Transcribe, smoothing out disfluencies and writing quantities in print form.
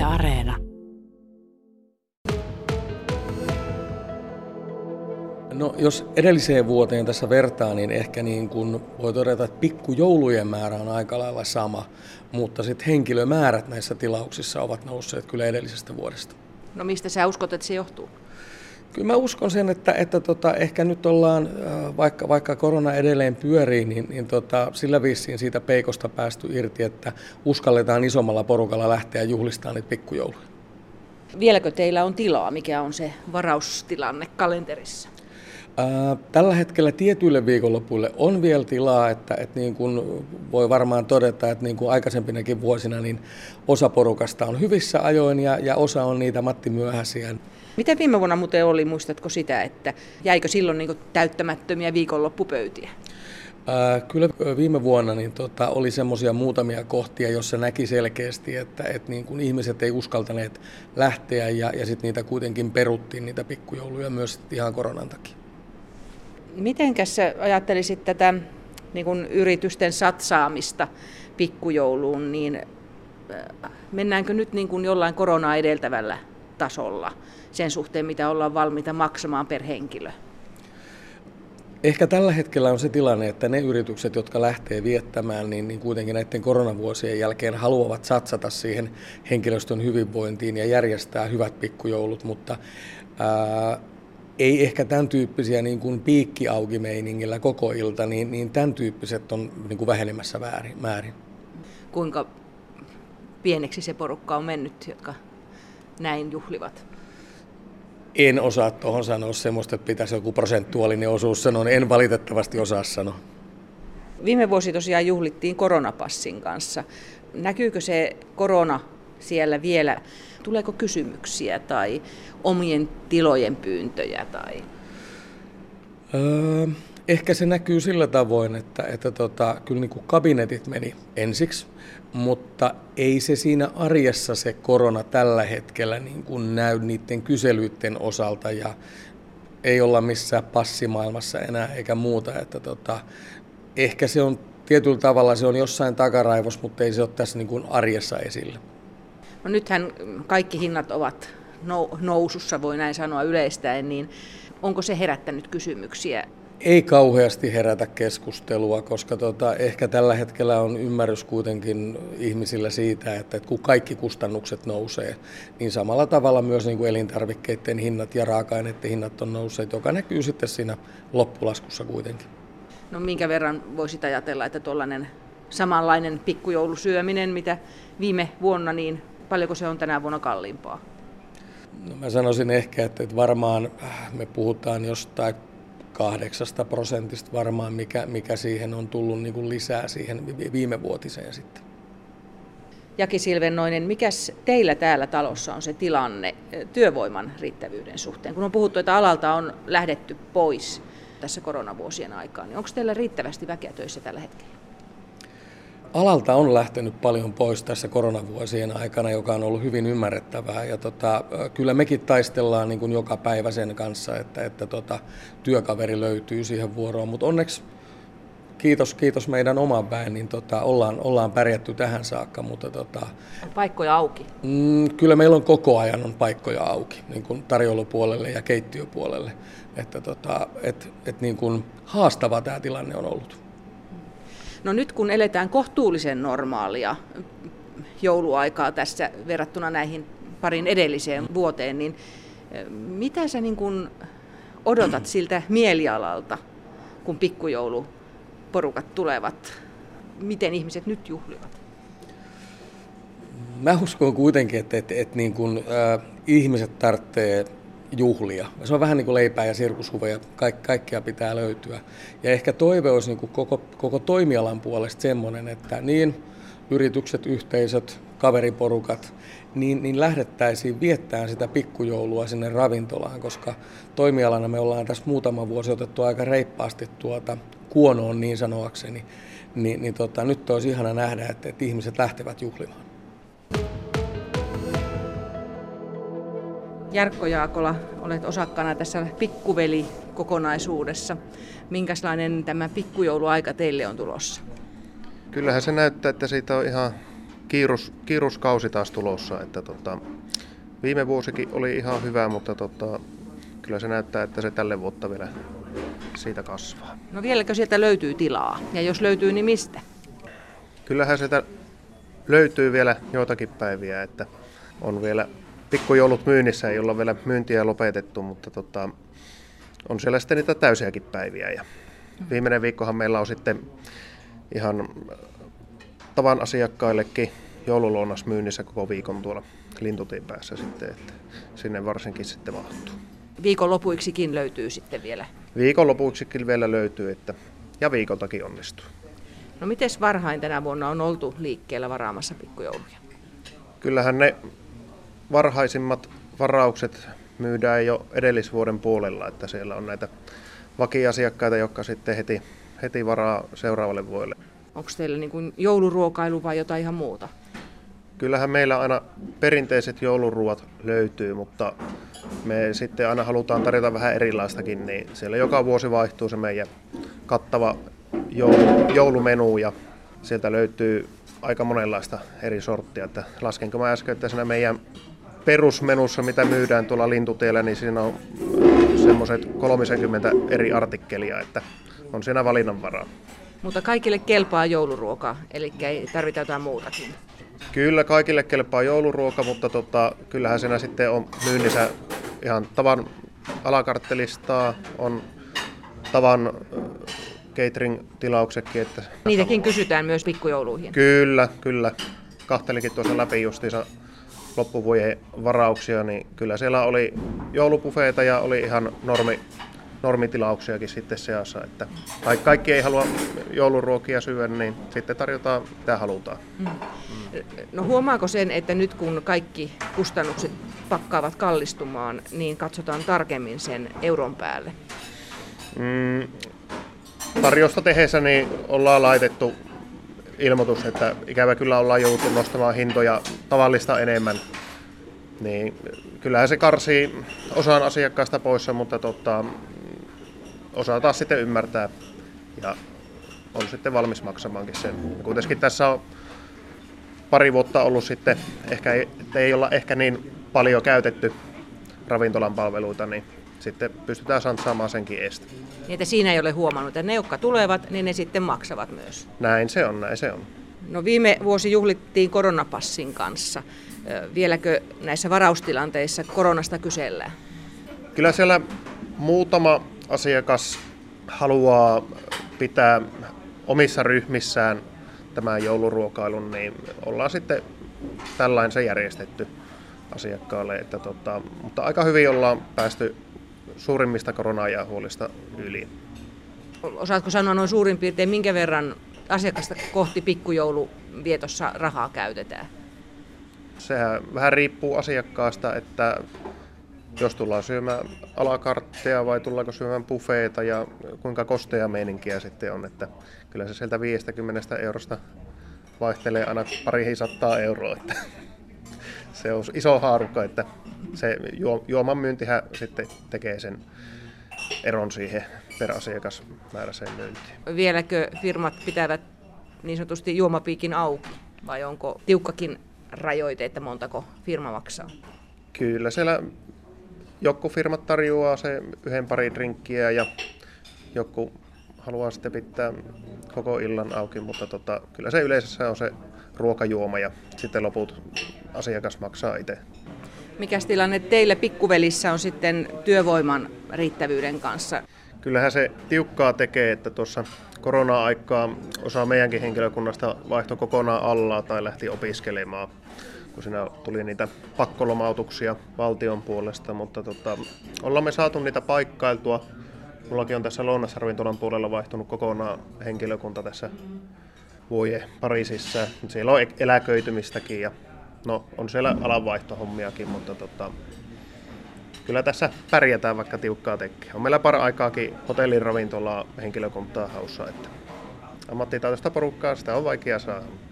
Areena. No, jos edelliseen vuoteen tässä vertaa, niin ehkä niin kuin voi todeta, että pikkujoulujen määrä on aika lailla sama, mutta sitten henkilömäärät näissä tilauksissa ovat nousseet kyllä edellisestä vuodesta. No mistä sä uskot, että se johtuu? Kyllä mä uskon sen, että ehkä nyt ollaan, vaikka korona edelleen pyörii, niin sillä vissiin siitä peikosta päästy irti, että uskalletaan isommalla porukalla lähteä juhlistamaan niitä pikkujouluja. Vieläkö teillä on tilaa? Mikä on se varaustilanne kalenterissa? Tällä hetkellä tietyille viikonlopuille on vielä tilaa, että niin kuin voi varmaan todeta, että niin kuin aikaisempinakin vuosina, niin osa porukasta on hyvissä ajoin ja osa on niitä Matti Myöhäisiä. Mitä viime vuonna muuten oli, muistatko sitä, että jäikö silloin niin kuin täyttämättömiä viikonloppupöytiä? Kyllä viime vuonna niin oli semmoisia muutamia kohtia, jossa näki selkeästi, että niin kuin ihmiset ei uskaltaneet lähteä ja sitten niitä kuitenkin peruttiin, niitä pikkujouluja myös ihan koronan takia. Mitenkäs sä ajattelisit tätä niin kuin yritysten satsaamista pikkujouluun, niin mennäänkö nyt niin kuin jollain koronaa edeltävällä tasolla sen suhteen, mitä ollaan valmiita maksamaan per henkilö? Ehkä tällä hetkellä on se tilanne, että ne yritykset, jotka lähtee viettämään, niin kuitenkin näiden koronavuosien jälkeen haluavat satsata siihen henkilöstön hyvinvointiin ja järjestää hyvät pikkujoulut, mutta ei ehkä tämän tyyppisiä niin kuin piikki auki meiningillä koko ilta, niin tämän tyyppiset on niin kuin vähenemässä määrin. Kuinka pieneksi se porukka on mennyt, jotka näin juhlivat? En osaa tuohon sanoa semmoista, että pitäisi joku prosentuaalinen osuus sanoa, en valitettavasti osaa sanoa. Viime vuosi tosiaan juhlittiin koronapassin kanssa. Näkyykö se korona siellä vielä? Tuleeko kysymyksiä tai omien tilojen pyyntöjä? Ehkä se näkyy sillä tavoin, että kyllä niin kuin kabinetit meni ensiksi, mutta ei se siinä arjessa se korona tällä hetkellä niin kuin näy niiden kyselyiden osalta ja ei olla missään passimaailmassa enää eikä muuta. Että ehkä se on tietyllä tavalla se on jossain takaraivossa, mutta ei se ole tässä niin kuin arjessa esillä. No nythän kaikki hinnat ovat nousussa, voi näin sanoa yleistäen, niin onko se herättänyt kysymyksiä? Ei kauheasti herätä keskustelua, koska ehkä tällä hetkellä on ymmärrys kuitenkin ihmisillä siitä, että kun kaikki kustannukset nousee, niin samalla tavalla myös niin kuin elintarvikkeiden hinnat ja raaka-aineiden hinnat on nousseet, joka näkyy sitten siinä loppulaskussa kuitenkin. No minkä verran voisit ajatella, että tuollainen samanlainen pikkujoulusyöminen, mitä viime vuonna, niin paljonko se on tänä vuonna kalliimpaa? No mä sanoisin ehkä, että varmaan me puhutaan jostain 8% varmaan, mikä siihen on tullut niin kuin lisää siihen viimevuotiseen sitten. Jaki Silvennoinen, mikäs teillä täällä talossa on se tilanne työvoiman riittävyyden suhteen? Kun on puhuttu, että alalta on lähdetty pois tässä koronavuosien aikaan, niin onko teillä riittävästi väkeä töissä tällä hetkellä? Alalta on lähtenyt paljon pois tässä koronavuosien aikana, joka on ollut hyvin ymmärrettävää. Ja kyllä mekin taistellaan niin kuin joka päivä sen kanssa, että työkaveri löytyy siihen vuoroon. Mutta onneksi kiitos meidän oman väen, niin ollaan pärjätty tähän saakka. Mutta on paikkoja auki? Kyllä meillä on koko ajan on paikkoja auki, niin kuin tarjoulupuolelle ja keittiöpuolelle. Että niin kuin haastava tämä tilanne on ollut. No nyt kun eletään kohtuullisen normaalia jouluaikaa tässä verrattuna näihin parin edelliseen vuoteen, niin mitä sä niin kun odotat siltä mielialalta, kun pikkujouluporukat tulevat? Miten ihmiset nyt juhlivat? Mä uskon kuitenkin, että niin kun, ihmiset tarvitsee juhlia. Se on vähän niin kuin leipää ja sirkushuveja, kaikkia pitää löytyä. Ja ehkä toive olisi niin kuin koko toimialan puolesta semmoinen, että niin yritykset, yhteisöt, kaveriporukat, niin lähdettäisiin viettämään sitä pikkujoulua sinne ravintolaan, koska toimialana me ollaan tässä muutama vuosi otettu aika reippaasti kuonoon niin sanoakseni. Nyt olisi ihana nähdä, että ihmiset lähtevät juhlimaan. Jarkko Jaakola, olet osakkaana tässä Pikkuveli-kokonaisuudessa. Minkälainen tämä pikkujouluaika teille on tulossa? Kyllähän se näyttää, että siitä on ihan kiiruskausi taas tulossa, että viime vuosikin oli ihan hyvä, mutta kyllä se näyttää, että se tälle vuotta vielä siitä kasvaa. No vieläkö sieltä löytyy tilaa? Ja jos löytyy, niin mistä? Kyllähän sieltä löytyy vielä joitakin päiviä, että on vielä pikkujoulut myynnissä, ei olla vielä myyntiä lopetettu, mutta on siellä sitten niitä täysiäkin päiviä. Ja viimeinen viikkohan meillä on sitten ihan tavan asiakkaillekin joululounas myynnissä koko viikon tuolla Lintutien päässä sitten, että sinne varsinkin sitten mahtuu. Viikonlopuiksikin löytyy sitten vielä. Viikonlopuiksikin vielä löytyy, ja viikoltakin onnistuu. No mites varhain tänä vuonna on oltu liikkeellä varaamassa pikkujouluja? Kyllähän ne varhaisimmat varaukset myydään jo edellisvuoden puolella, että siellä on näitä vakiasiakkaita, jotka sitten heti varaa seuraavalle vuodelle. Onko teillä niin kuin jouluruokailu vai jotain ihan muuta? Kyllähän meillä aina perinteiset jouluruuat löytyy, mutta me sitten aina halutaan tarjota vähän erilaistakin, niin siellä joka vuosi vaihtuu se meidän kattava joulumenu ja sieltä löytyy aika monenlaista eri sorttia. Että laskenko mä äsken, että siinä meidän perusmenussa, mitä myydään tuolla Lintutiellä, niin siinä on semmoiset 30 eri artikkelia, että on siinä valinnanvaraa. Mutta kaikille kelpaa jouluruoka, eli ei tarvita jotain muutakin. Kyllä kaikille kelpaa jouluruoka, mutta kyllähän siinä sitten on myynnissä ihan tavan alakarttelistaa, on tavan catering-tilauksetkin. Että Niitäkin kysytään myös pikkujouluihin. Kyllä. Kahtelikin tuossa läpi justiinsa loppuvuoden varauksia, niin kyllä siellä oli joulupufeita ja oli ihan normitilauksiakin sitten seassa. Että kaikki ei halua jouluruokia syödä, niin sitten tarjotaan mitä halutaan. No huomaako sen, että nyt kun kaikki kustannukset pakkaavat kallistumaan, niin katsotaan tarkemmin sen euron päälle? Tarjousta tehdessä niin ollaan laitettu ilmoitus, että ikävä kyllä ollaan joutunut nostamaan hintoja tavallista enemmän. Niin kyllähän se karsii osan asiakkaista poissa, mutta osa taas sitten ymmärtää ja on sitten valmis maksamaankin sen. Kuitenkin tässä on pari vuotta ollut sitten, ei olla ehkä niin paljon käytetty ravintolan palveluita, niin sitten pystytään saamaan senkin estä. Niin, että siinä ei ole huomannut, että ne, jotka tulevat, niin ne sitten maksavat myös. Näin se on. No viime vuosi juhlittiin koronapassin kanssa. Vieläkö näissä varaustilanteissa koronasta kysellään? Kyllä siellä muutama asiakas haluaa pitää omissa ryhmissään tämän jouluruokailun, niin ollaan sitten tällainen se järjestetty asiakkaalle. Että mutta aika hyvin ollaan päästy suurimmista korona-ajanhuolista yli. Osaatko sanoa noin suurin piirtein, minkä verran asiakasta kohti pikkujouluvietossa rahaa käytetään? Sehän vähän riippuu asiakkaasta, että jos tullaan syömään alakartteja vai tullaanko syömään buffeita ja kuinka kostea meininkiä sitten on. Että kyllä se sieltä 50 eurosta vaihtelee aina pariin 100 euroa. Että se on iso haarukka, että se juoman myyntihän sitten tekee sen eron siihen per asiakasmääräiseen myyntiin. Vieläkö firmat pitävät niin sanotusti juomapiikin auki vai onko tiukkakin rajoite, että montako firma maksaa? Kyllä siellä joku firmat tarjoaa se yhden pari drinkkiä ja joku haluaa sitten pitää koko illan auki, mutta kyllä se yleensä on se ruokajuoma ja sitten loput asiakas maksaa itse. Mikäs tilanne teillä pikkuvelissä on sitten työvoiman riittävyyden kanssa? Kyllähän se tiukkaa tekee, että tuossa korona-aikaa osa meidänkin henkilökunnasta vaihtoi kokonaan alaa tai lähti opiskelemaan, kun siinä tuli niitä pakkolomautuksia valtion puolesta, mutta ollaan me saatu niitä paikkailtua. Mullakin on tässä Lounasravintolan puolella vaihtunut kokonaan henkilökunta tässä vuoden Pariisissa. Siellä on eläköitymistäkin ja on siellä alanvaihtohommiakin, mutta kyllä tässä pärjätään, vaikka tiukkaa tekee. On meillä par-aikaakin hotellin ravintolaa henkilökuntaa haussa, että ammattitaitoista porukkaa sitä on vaikea saada.